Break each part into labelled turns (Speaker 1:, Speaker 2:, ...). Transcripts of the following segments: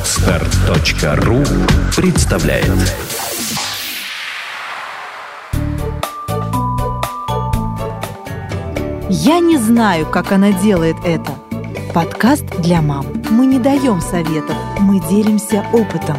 Speaker 1: Podster.ru представляет.
Speaker 2: Я не знаю, как она делает это. Подкаст для мам. Мы не даем советов, мы делимся опытом.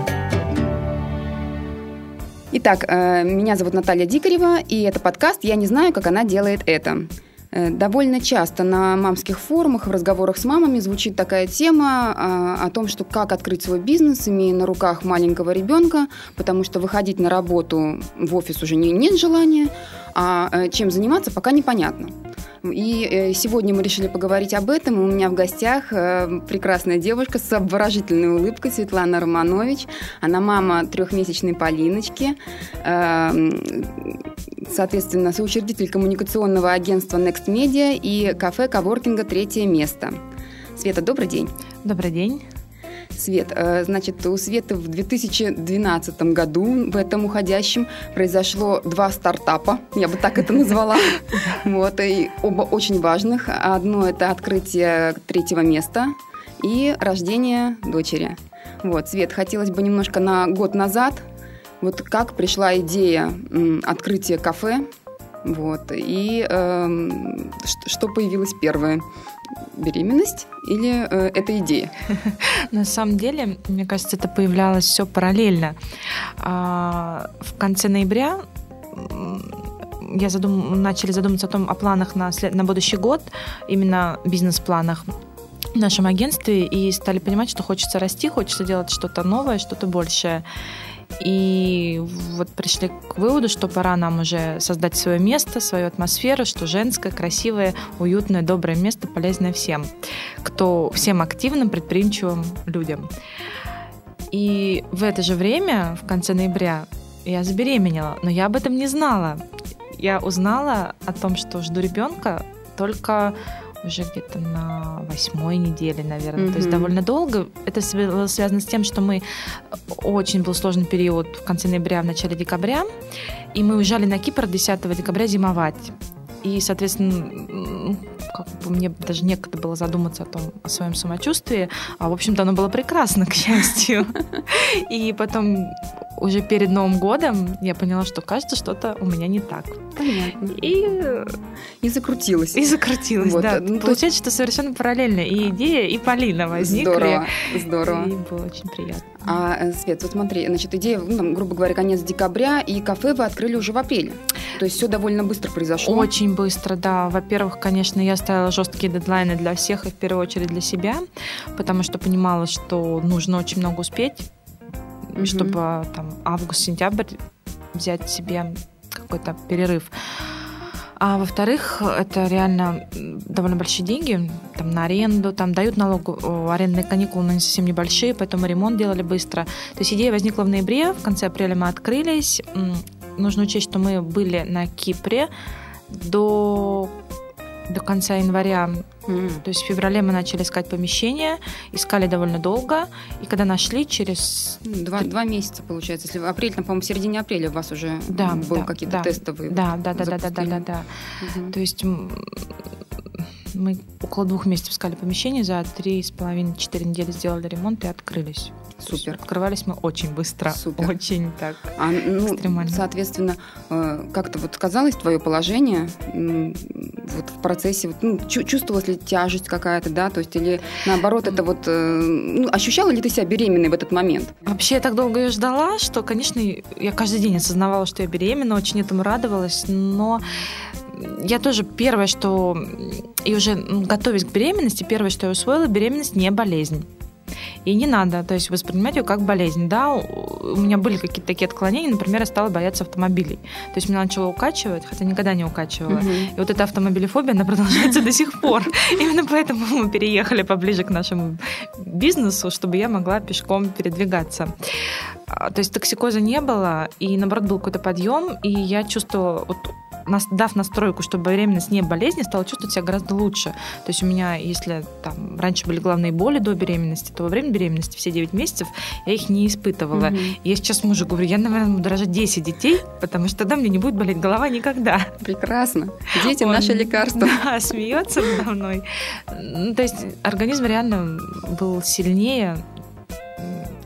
Speaker 3: Итак, меня зовут Наталья Дикарева, и это подкаст «Я не знаю, как она делает это». Довольно часто на мамских форумах, в разговорах с мамами звучит такая тема о том, что как открыть свой бизнес, имея на руках маленького ребенка, потому что выходить на работу в офис уже нет желания, а чем заниматься пока непонятно. И сегодня мы решили поговорить об этом. У меня в гостях прекрасная девушка с обворожительной улыбкой Светлана Романович. Она мама 3-месячной Полиночки, соответственно, соучредитель коммуникационного агентства Next Media и кафе-коворкинга «Третье место». Света, добрый день.
Speaker 4: Добрый день.
Speaker 3: Свет, значит, у Светы в 2012 году, в этом уходящем, произошло 2 стартапа, я бы так это назвала, вот, и оба очень важных. Одно – это открытие 3-го места и рождение дочери. Вот, Свет, хотелось бы немножко на год назад, вот как пришла идея открытия кафе, вот, и что появилось первое? Беременность или это идея?
Speaker 4: На самом деле, мне кажется, это появлялось все параллельно. В конце ноября начали задумываться о планах на будущий год, именно бизнес-планах в нашем агентстве, и стали понимать, что хочется расти, хочется делать что-то новое, что-то большее. И вот пришли к выводу, что пора нам уже создать свое место, свою атмосферу, что женское, красивое, уютное, доброе место, полезное всем активным, предприимчивым людям. И в это же время, в конце ноября, я забеременела, но я об этом не знала. Я узнала о том, что жду ребенка только уже где-то на 8-й неделе, наверное. То есть довольно долго. Это было связано с тем, что очень был сложный период в конце ноября, в начале декабря, и мы уезжали на Кипр 10 декабря зимовать. И, соответственно, мне даже некогда было задуматься о своем самочувствии. А, в общем-то, оно было прекрасно, к счастью. И потом уже перед Новым годом я поняла, что, кажется, что-то у меня не так.
Speaker 3: Понятно.
Speaker 4: И
Speaker 3: закрутилась.
Speaker 4: Вот. Да. Получается, что совершенно параллельно и идея, и Полина возникли.
Speaker 3: Здорово.
Speaker 4: И было очень приятно.
Speaker 3: Свет, вот смотри, значит, идея, грубо говоря, конец декабря, и кафе вы открыли уже в апреле. То есть все довольно быстро произошло.
Speaker 4: Очень быстро, да. Во-первых, конечно, я ставила жесткие дедлайны для всех и в первую очередь для себя, потому что понимала, что нужно очень много успеть, чтобы август-сентябрь взять себе какой-то перерыв. А во-вторых, это реально довольно большие деньги на аренду, дают налог, арендные каникулы, но не совсем небольшие, поэтому ремонт делали быстро. То есть идея возникла в ноябре, в конце апреля мы открылись. Нужно учесть, что мы были на Кипре до конца января. То есть в феврале мы начали искать помещение, искали довольно долго, и когда нашли, через...
Speaker 3: 2 месяца, получается. Если апрель, по-моему, в середине апреля у вас уже какие-то тестовые.
Speaker 4: Да. То есть мы около 2 месяцев искали помещение, за 3,5-4 недели сделали ремонт и открылись.
Speaker 3: Супер.
Speaker 4: Открывались мы очень быстро.
Speaker 3: Супер.
Speaker 4: Очень так экстремально.
Speaker 3: Соответственно, как-то сказалось твое положение в процессе? Чувствовалась ли тяжесть какая-то, да? То есть, или наоборот, это ощущала ли ты себя беременной в этот момент?
Speaker 4: Вообще, я так долго ее ждала, что, конечно, я каждый день осознавала, что я беременна, очень этому радовалась, но я тоже первое, что... И уже готовясь к беременности, первое, что я усвоила, беременность не болезнь. И не надо, то есть воспринимать ее как болезнь. Да, у меня были какие-то такие отклонения, например, я стала бояться автомобилей. То есть меня начало укачивать, хотя никогда не укачивала. И вот эта автомобилефобия, она продолжается до сих пор. Именно поэтому мы переехали поближе к нашему бизнесу, чтобы я могла пешком передвигаться. То есть токсикоза не было, и наоборот был какой-то подъем, и я чувствовала... дав настройку, что беременность не болезнь, я стала чувствовать себя гораздо лучше. То есть у меня, если раньше были головные боли до беременности, то во время беременности все 9 месяцев я их не испытывала. И я сейчас мужу говорю, я, наверное, буду рожать 10 детей, потому что тогда мне не будет болеть голова никогда.
Speaker 3: Прекрасно. Дети — наше лекарство.
Speaker 4: Да, смеется надо мной. То есть организм реально был сильнее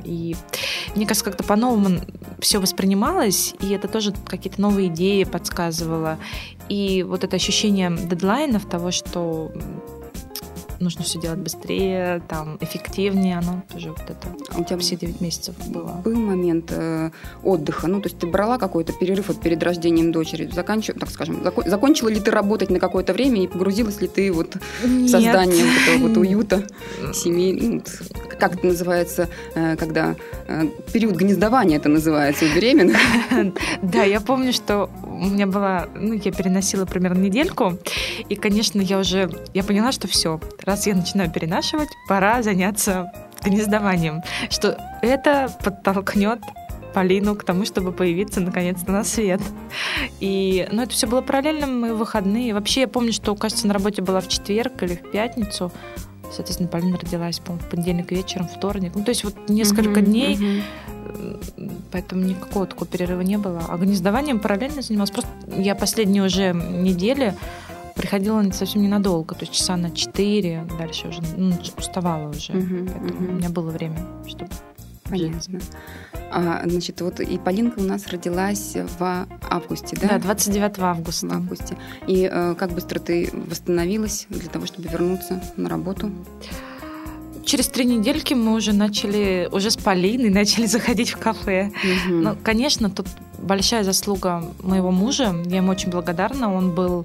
Speaker 4: И мне кажется, как-то по-новому все воспринималось, и это тоже какие-то новые идеи подсказывало. И вот это ощущение дедлайнов, того, что нужно все делать быстрее, там, эффективнее, оно тоже вот это
Speaker 3: у тебя
Speaker 4: все 9 месяцев было.
Speaker 3: Был момент отдыха, ну, то есть ты брала какой-то перерыв вот перед рождением дочери, закончила ли ты работать на какое-то время и погрузилась ли ты вот в создание вот этого вот уюта семьи, как это называется, когда период гнездования это называется у беременных?
Speaker 4: Да, я помню, что у меня была, я переносила примерно недельку, и, конечно, я поняла, что все, раз я начинаю перенашивать, пора заняться гнездованием, что это подтолкнет Полину к тому, чтобы появиться наконец-то на свет. И, это все было параллельно, мы в выходные. Вообще, я помню, что, кажется, на работе была в четверг или в пятницу. Соответственно, Полина родилась, по-моему, в понедельник вечером, вторник. То есть вот несколько дней, поэтому никакого такого перерыва не было. А гнездованием параллельно занималась. Просто я последние уже недели приходила совсем ненадолго, то есть часа на 4, дальше уже уставала уже. Поэтому у меня было время, чтобы...
Speaker 3: Понятно. Значит, вот и Полинка у нас родилась в августе, да?
Speaker 4: Да, 29 августа.
Speaker 3: В августе. И как быстро ты восстановилась для того, чтобы вернуться на работу?
Speaker 4: Через 3 недельки мы уже с Полиной начали заходить в кафе. Конечно, тут большая заслуга моего мужа. Я ему очень благодарна. Он был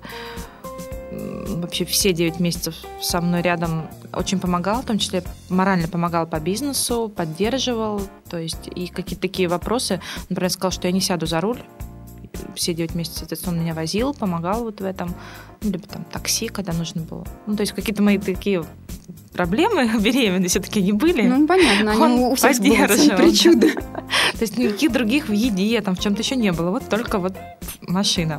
Speaker 4: вообще все 9 месяцев со мной рядом, очень помогал, в том числе морально помогал по бизнесу, поддерживал, то есть и какие-то такие вопросы. Например, сказал, что я не сяду за руль. Все 9 месяцев, соответственно, он меня возил, помогал вот в этом. Либо там такси, когда нужно было. То есть какие-то мои такие проблемы беременные все-таки не были.
Speaker 3: Понятно, они у всех сбылись причуды.
Speaker 4: То есть никаких других в еде, там в чем-то еще не было. Вот только вот машина.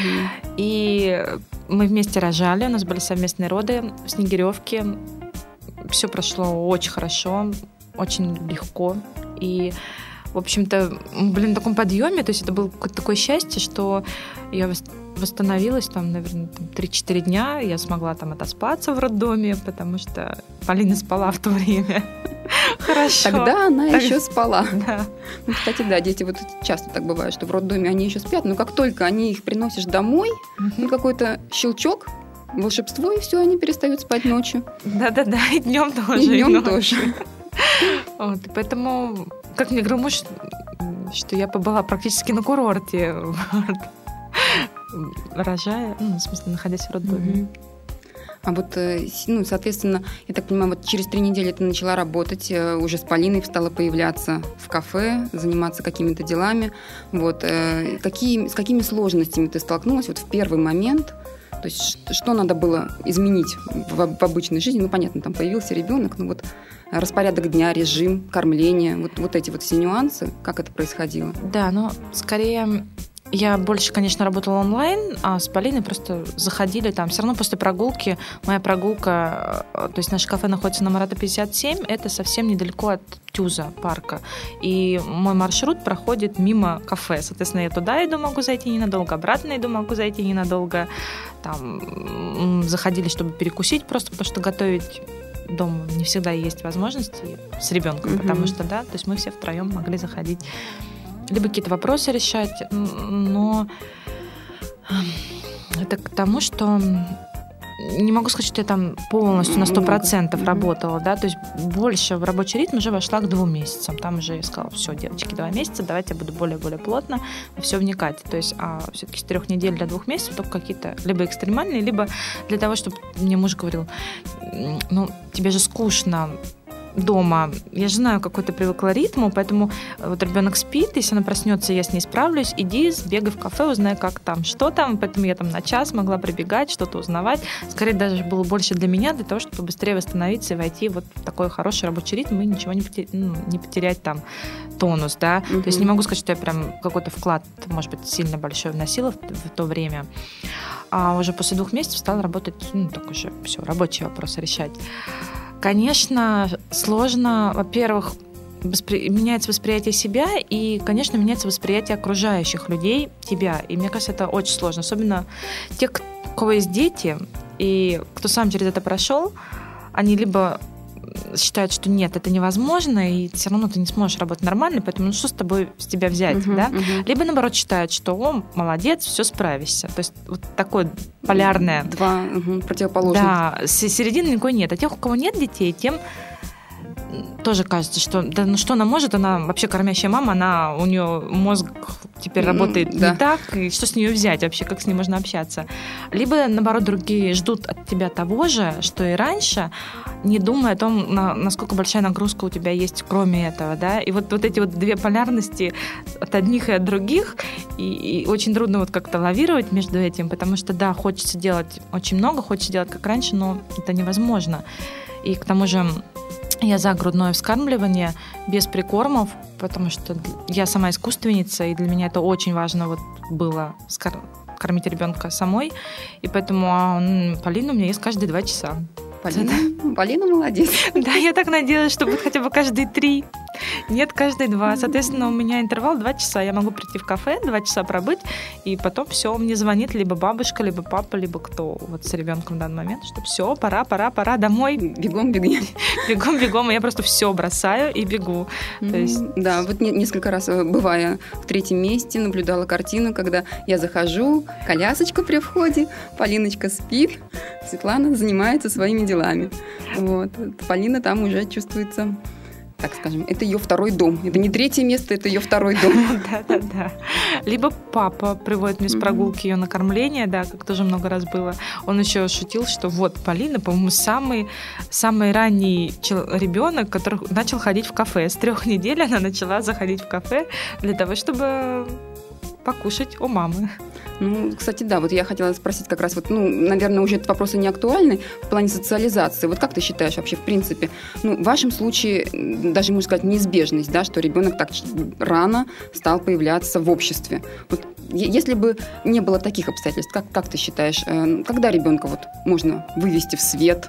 Speaker 4: И мы вместе рожали, у нас были совместные роды в Снегиревке. Все прошло очень хорошо, очень легко. И, в общем-то, мы были на таком подъеме, то есть это было какое-то такое счастье, что я восстановилась, наверное, 3-4 дня, я смогла отоспаться в роддоме, потому что Полина спала в то время. Хорошо.
Speaker 3: Тогда она еще спала.
Speaker 4: Да.
Speaker 3: Кстати, да, дети вот часто так бывает, что в роддоме они еще спят, но как только их приносишь домой, какой-то щелчок, волшебство, и все, они перестают спать ночью.
Speaker 4: Да-да-да, и днем тоже.
Speaker 3: И днем тоже.
Speaker 4: И поэтому, как мне говорил муж, что я побыла практически на курорте, рожая, в смысле, находясь в роддоме.
Speaker 3: А вот, соответственно, я так понимаю, вот через 3 недели ты начала работать, уже с Полиной стала появляться в кафе, заниматься какими-то делами. Вот, с какими сложностями ты столкнулась вот в первый момент? То есть что надо было изменить в обычной жизни? Понятно, там появился ребенок, распорядок дня, режим, кормление, вот эти вот все нюансы, как это происходило?
Speaker 4: Да, скорее... Я больше, конечно, работала онлайн, а с Полиной просто заходили там. Все равно после прогулки, моя прогулка, то есть наше кафе находится на Марата 57, это совсем недалеко от Тюза, парка. И мой маршрут проходит мимо кафе. Соответственно, я туда иду, могу зайти ненадолго, обратно иду, могу зайти ненадолго. Там заходили, чтобы перекусить просто, потому что готовить дома не всегда есть возможности с ребенком, потому что, то есть мы все втроем могли заходить. Либо какие-то вопросы решать, но это к тому, что не могу сказать, что я там полностью на 100% работала, то есть больше в рабочий ритм уже вошла к 2 месяцам. Там уже я сказала, все, девочки, 2 месяца, давайте я буду более-более плотно все вникать. То есть все-таки с 3 недель до 2 месяцев только какие-то либо экстремальные, либо для того, чтобы мне муж говорил, тебе же скучно дома. Я же знаю, какой ты привыкла ритму, поэтому вот ребенок спит, если она проснется, я с ней справлюсь, иди, сбегай в кафе, узнай, как там, что там, поэтому я там на час могла прибегать, что-то узнавать. Скорее даже было больше для меня, для того, чтобы быстрее восстановиться и войти вот в такой хороший рабочий ритм и ничего не потерять там тонус, да. То есть не могу сказать, что я прям какой-то вклад, может быть, сильно большой вносила в то время. А уже после 2 месяцев стала работать, так уже все, рабочие вопросы решать. Конечно, сложно, во-первых, меняется восприятие себя, и, конечно, меняется восприятие окружающих людей, тебя. И мне кажется, это очень сложно. Особенно те, у кого есть дети, и кто сам через это прошел, они либо считают, что нет, это невозможно, и все равно ты не сможешь работать нормально, поэтому что с тебя взять, да? Либо, наоборот, считают, что он молодец, все справишься. То есть вот такое полярное.
Speaker 3: Два противоположных.
Speaker 4: Да, середины никакой нет. А тех, у кого нет детей, тем тоже кажется, что да, ну что она может, она вообще кормящая мама, у нее мозг теперь работает не так, и что с нее взять вообще, как с ней можно общаться. Либо, наоборот, другие ждут от тебя того же, что и раньше, не думая о том, насколько большая нагрузка у тебя есть, кроме этого, да, и вот эти вот две полярности от одних и от других, и очень трудно вот как-то лавировать между этим, потому что, да, хочется делать очень много, хочется делать как раньше, но это невозможно. И к тому же я за грудное вскармливание без прикормов, потому что я сама искусственница, и для меня это очень важно вот было кормить ребенка самой, и поэтому Полина у меня ест каждые 2 часа.
Speaker 3: Полина молодец.
Speaker 4: Да, я так надеялась, что будет хотя бы каждые 3. Нет, каждые 2. Соответственно, у меня интервал 2 часа. Я могу прийти в кафе, 2 часа пробыть, и потом все, мне звонит либо бабушка, либо папа, либо кто вот с ребенком в данный момент, что все, пора домой.
Speaker 3: Бегом.
Speaker 4: Бегом, и я просто все бросаю и бегу. То есть...
Speaker 3: Да, вот несколько раз, бывая в 3-м месте, наблюдала картину, когда я захожу, колясочка при входе, Полиночка спит, Светлана занимается своими делами. Вот. Полина там уже чувствуется, так скажем, это ее второй дом. Это не 3-е место, это ее второй дом.
Speaker 4: Да. Либо папа приводит мне с прогулки ее на кормление, да, как тоже много раз было. Он еще шутил, что вот Полина, по-моему, самый ранний ребенок, который начал ходить в кафе. С 3 недель она начала заходить в кафе для того, чтобы покушать у мамы.
Speaker 3: Ну, кстати, да, вот я хотела спросить как раз, наверное, уже этот вопрос и не актуальный в плане социализации. Вот как ты считаешь вообще, в принципе, в вашем случае даже, можно сказать, неизбежность, да, что ребенок так рано стал появляться в обществе. Вот если бы не было таких обстоятельств, как ты считаешь, когда ребенка вот можно вывести в свет,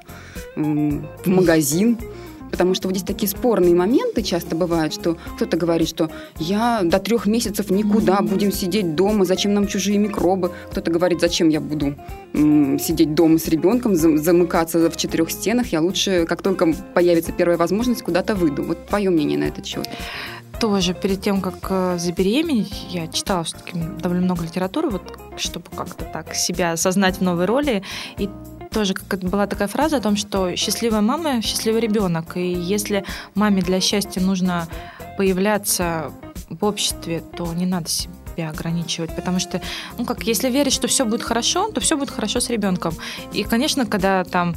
Speaker 3: в магазин? Потому что вот здесь такие спорные моменты часто бывают, что кто-то говорит, что я до 3 месяцев никуда, будем сидеть дома, зачем нам чужие микробы. Кто-то говорит, зачем я буду сидеть дома с ребенком, замыкаться в 4 стенах, я лучше, как только появится первая возможность, куда-то выйду. Вот твое мнение на этот счет.
Speaker 4: Тоже перед тем, как забеременеть, я читала все-таки довольно много литературы, вот, чтобы как-то так себя осознать в новой роли. И тоже была такая фраза о том, что счастливая мама – счастливый ребенок. И если маме для счастья нужно появляться в обществе, то не надо себя ограничивать. Потому что, если верить, что все будет хорошо, то все будет хорошо с ребенком. И, конечно, когда там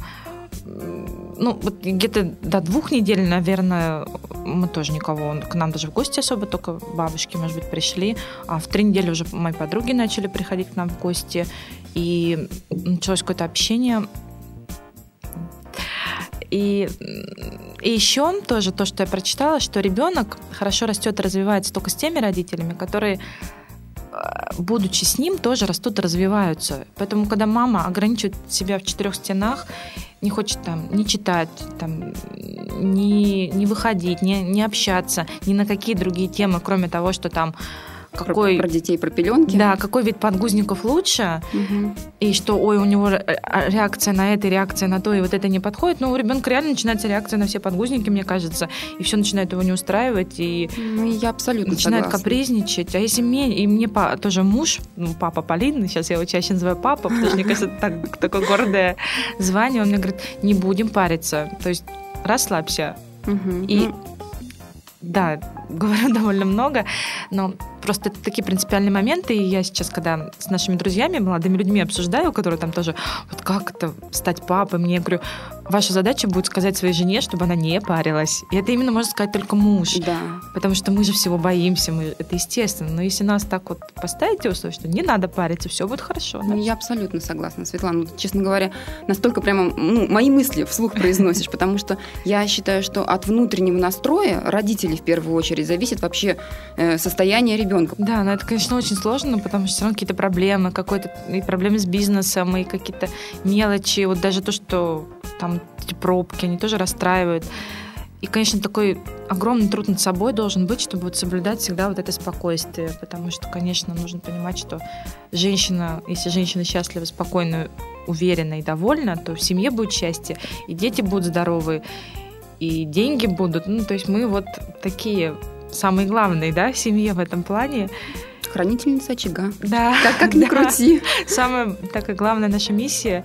Speaker 4: вот где-то до 2 недель, наверное, мы тоже никого, к нам даже в гости особо, только бабушки, может быть, пришли. А в 3 недели уже мои подруги начали приходить к нам в гости. И началось какое-то общение. И еще тоже то, что я прочитала, что ребенок хорошо растет и развивается только с теми родителями, которые, будучи с ним, тоже растут и развиваются. Поэтому, когда мама ограничивает себя в 4 стенах, не хочет не читать, не выходить, не общаться, ни на какие другие темы, кроме того, что
Speaker 3: про детей, про пеленки.
Speaker 4: Да, какой вид подгузников лучше, и что, у него реакция на это, реакция на то, и вот это не подходит. У ребенка реально начинается реакция на все подгузники, мне кажется, и все начинает его не устраивать, и
Speaker 3: я абсолютно
Speaker 4: начинает
Speaker 3: согласна.
Speaker 4: Капризничать. А если мне тоже муж, папа Полины, сейчас я его чаще называю папа, потому что, мне кажется, это такое гордое звание, он мне говорит, не будем париться, то есть расслабься. И да, говорю довольно много, но просто это такие принципиальные моменты, и я сейчас, когда с нашими друзьями, молодыми людьми обсуждаю, которые там тоже, вот как это стать папой, мне говорю, ваша задача будет сказать своей жене, чтобы она не парилась. И это именно может сказать только муж.
Speaker 3: Да.
Speaker 4: Потому что мы же всего боимся, это естественно. Но если нас так вот поставите условие, что не надо париться, все будет хорошо. Да?
Speaker 3: Я абсолютно согласна, Светлана. Честно говоря, настолько прямо мои мысли вслух произносишь, потому что я считаю, что от внутреннего настроя родителей в первую очередь зависит вообще состояние ребенка.
Speaker 4: Да, но это, конечно, очень сложно, потому что все равно какие-то проблемы, и проблемы с бизнесом, и какие-то мелочи. Вот даже то, что там эти пробки, они тоже расстраивают. И, конечно, такой огромный труд над собой должен быть, чтобы вот соблюдать всегда вот это спокойствие. Потому что, конечно, нужно понимать, что если женщина счастлива, спокойна, уверена и довольна, то в семье будет счастье, и дети будут здоровы. и деньги будут. Ну, то есть мы вот такие самые главные, да, в семье в этом плане.
Speaker 3: Хранительница очага.
Speaker 4: Да.
Speaker 3: Как ни крути.
Speaker 4: Самая такая главная наша миссия.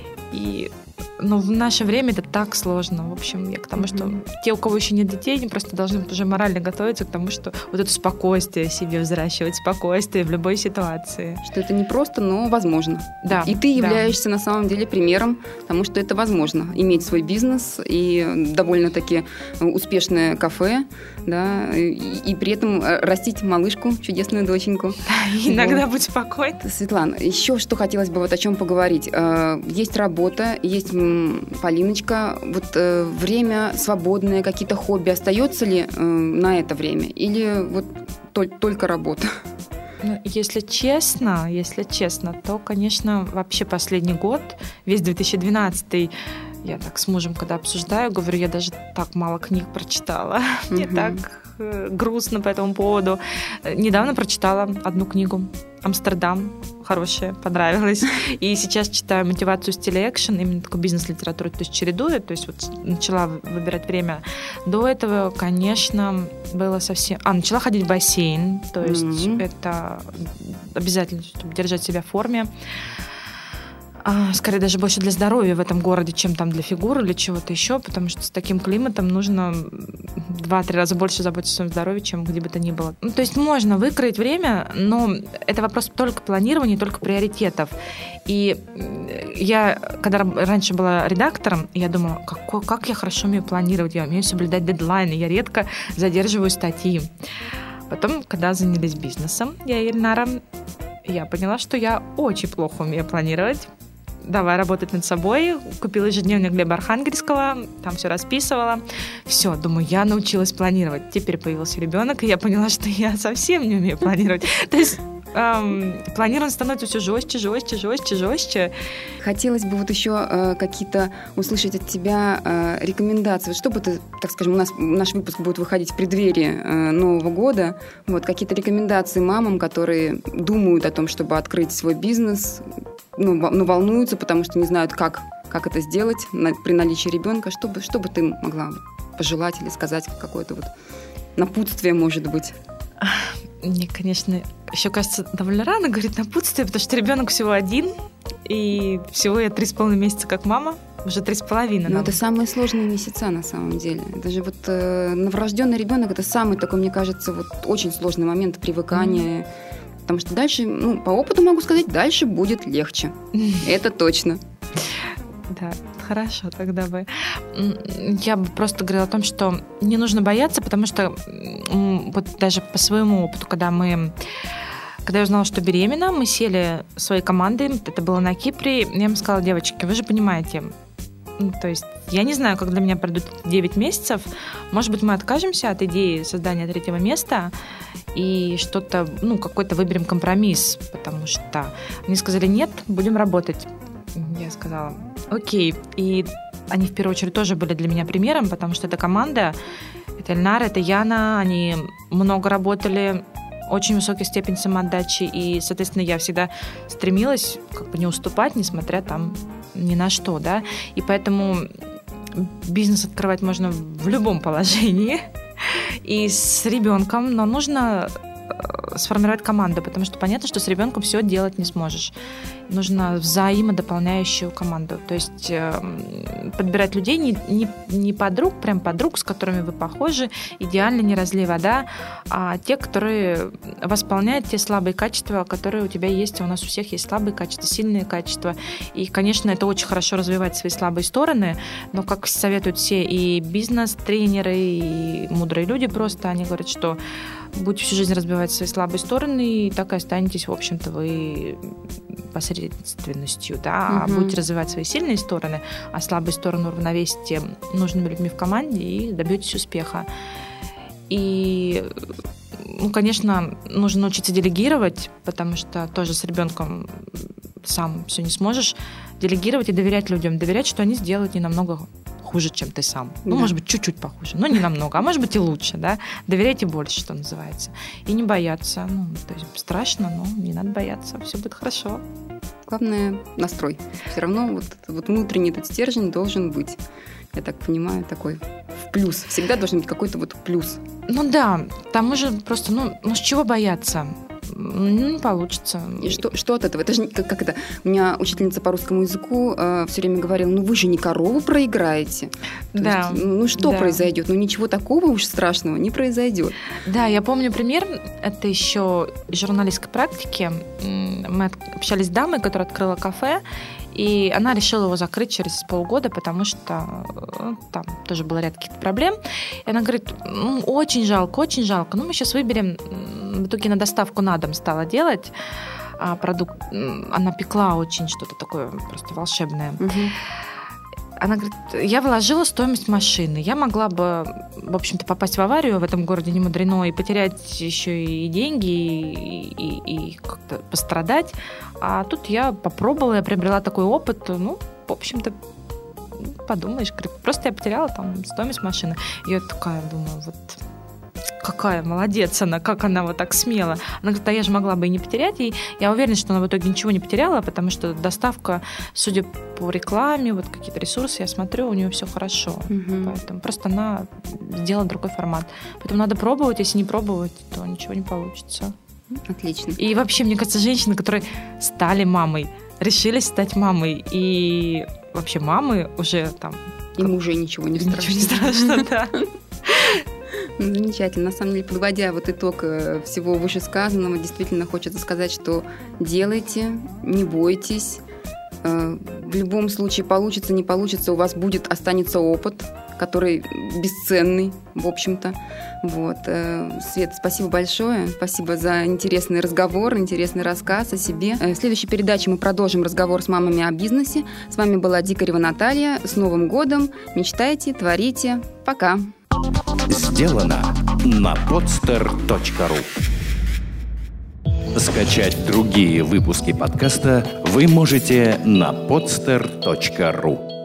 Speaker 4: Но в наше время это так сложно. В общем, я к тому, что те, у кого еще нет детей, они просто должны уже морально готовиться к тому, что вот это спокойствие себе взращивать, спокойствие в любой ситуации.
Speaker 3: Что это не просто, но возможно.
Speaker 4: Да.
Speaker 3: И ты являешься на самом деле примером тому, что это возможно. Иметь свой бизнес и довольно-таки успешное кафе, да, и при этом растить малышку, чудесную доченьку.
Speaker 4: Иногда будь спокойна.
Speaker 3: Светлана, еще что хотелось бы вот о чем поговорить. Есть работа, есть Полиночка. Вот время свободное, какие-то хобби, остается ли на это время? Или вот только работа?
Speaker 4: Ну, если честно, то, конечно, вообще последний год, весь 2012, я так с мужем, когда обсуждаю, говорю, я даже так мало книг прочитала. Мне так грустно по этому поводу. Недавно прочитала одну книгу «Амстердам». Хорошая, понравилась. И сейчас читаю «Мотивацию в стиле экшен», именно такую бизнес-литературу, то есть чередую, то есть вот начала выбирать время. До этого, конечно, было совсем... начала ходить в бассейн, то есть это обязательно, чтобы держать себя в форме. Скорее даже больше для здоровья в этом городе, чем там для фигуры или чего-то еще, потому что с таким климатом нужно 2-3 раза больше заботиться о своем здоровье, чем где бы то ни было. Ну, то есть можно выкроить время, но это вопрос только планирования, только приоритетов. И я, когда раньше была редактором, я думала, как я хорошо умею планировать, я умею соблюдать дедлайны, я редко задерживаю статьи. Потом, когда занялись бизнесом, я и Эльнара, я поняла, что я очень плохо умею планировать. Давай работать над собой. Купила ежедневник Глеба Архангельского, там все расписывала. Все, думаю, я научилась планировать. Теперь появился ребенок, и я поняла, что я совсем не умею планировать. То есть планирование становится все жестче.
Speaker 3: Хотелось бы вот еще какие-то услышать от тебя рекомендации. Вот что бы ты, так скажем, наш выпуск будет выходить в преддверии Нового года. Вот какие-то рекомендации мамам, которые думают о том, чтобы открыть свой бизнес, но волнуются, потому что не знают, как это сделать при наличии ребенка. Что бы ты могла пожелать или сказать, какое-то вот напутствие, может быть?
Speaker 4: Мне, конечно, еще кажется довольно рано говорить напутствие, потому что ребенок всего один, и всего я 3,5 месяца как мама, уже 3,5.
Speaker 3: Но это самые сложные месяца на самом деле. Даже вот новорожденный ребенок — это самый такой, мне кажется, вот очень сложный момент привыкания. Потому что дальше, по опыту могу сказать, дальше будет легче. Это точно.
Speaker 4: Да, хорошо, тогда бы. Я бы просто говорила о том, что не нужно бояться, потому что вот даже по своему опыту, когда я узнала, что беременна, мы сели своей командой, это было на Кипре, я им сказала: девочки, вы же понимаете, то есть я не знаю, как для меня пройдут 9 месяцев, может быть, мы откажемся от идеи создания 3-го места и что-то, какой-то выберем компромисс, потому что они сказали: нет, будем работать. Я сказала: окей. И они в первую очередь тоже были для меня примером, потому что это команда, это Эльнара, это Яна, они много работали, очень высокая степень самоотдачи, и, соответственно, я всегда стремилась не уступать, несмотря там ни на что, да, и поэтому бизнес открывать можно в любом положении и с ребенком, но нужно сформировать команду, потому что понятно, что с ребенком все делать не сможешь. Нужно взаимодополняющую команду. То есть подбирать людей не подруг, с которыми вы похожи, идеально не разлей вода, а те, которые восполняют те слабые качества, которые у тебя есть. У нас у всех есть слабые качества, сильные качества. И, конечно, это очень хорошо развивать свои слабые стороны, но, как советуют все и бизнес-тренеры, и мудрые люди просто, они говорят, что будете всю жизнь разбивать свои слабые стороны, и так и останетесь, в общем-то, вы посредственностью, да, а будете развивать свои сильные стороны, а слабые стороны уравновесите нужными людьми в команде и добьетесь успеха. И, конечно, нужно научиться делегировать, потому что тоже с ребенком сам все не сможешь. Делегировать и доверять людям, доверять, что они сделают не намного хуже, чем ты сам. Да. Может быть, чуть-чуть похуже, но не намного, а может быть и лучше, да. Доверяйте больше, что называется. И не бояться. То есть страшно, но не надо бояться, все будет хорошо.
Speaker 3: Главное — настрой. Все равно вот внутренний этот стержень должен быть. я так понимаю, такой в плюс. Всегда должен быть какой-то вот плюс.
Speaker 4: Ну да, там уже просто, с чего бояться? Не получится.
Speaker 3: И что от этого? Это же как это? У меня учительница по русскому языку все время говорила, вы же не корову проиграете.
Speaker 4: Да.
Speaker 3: Есть, что произойдет? Ничего такого уж страшного не произойдет.
Speaker 4: Да, я помню пример, это еще из журналистской практики. Мы общались с дамой, которая открыла кафе, и она решила его закрыть через полгода, потому что там тоже был ряд каких-то проблем. И она говорит, очень жалко. Мы сейчас выберем. В итоге на доставку на дом стала делать продукт. Она пекла очень что-то такое просто волшебное. Угу. Она говорит, я вложила стоимость машины. Я могла бы, в общем-то, попасть в аварию в этом городе не мудрено и потерять еще и деньги, и как-то пострадать. А тут я попробовала, я приобрела такой опыт. В общем-то, подумаешь, просто я потеряла там стоимость машины. И я такая думаю, какая молодец она, как она вот так смела. Она говорит, я же могла бы и не потерять. И я уверена, что она в итоге ничего не потеряла, потому что доставка, судя по рекламе, какие-то ресурсы, я смотрю, у нее все хорошо. Угу. Поэтому просто она сделала другой формат. Поэтому надо пробовать, если не пробовать, то ничего не получится.
Speaker 3: Отлично.
Speaker 4: И вообще, мне кажется, женщины, которые стали мамой, решились стать мамой, и вообще мамы уже там...
Speaker 3: Им уже ничего не страшно.
Speaker 4: Ничего не страшно, да.
Speaker 3: Замечательно. На самом деле, подводя итог всего вышесказанного, действительно хочется сказать, что делайте, не бойтесь. В любом случае, получится, не получится, у вас останется опыт, который бесценный, в общем-то. Свет, спасибо большое. Спасибо за интересный разговор, интересный рассказ о себе. В следующей передаче мы продолжим разговор с мамами о бизнесе. С вами была Дикарева Наталья. С Новым годом! Мечтайте, творите. Пока!
Speaker 1: Сделано на podster.ru. Скачать другие выпуски подкаста вы можете на podster.ru.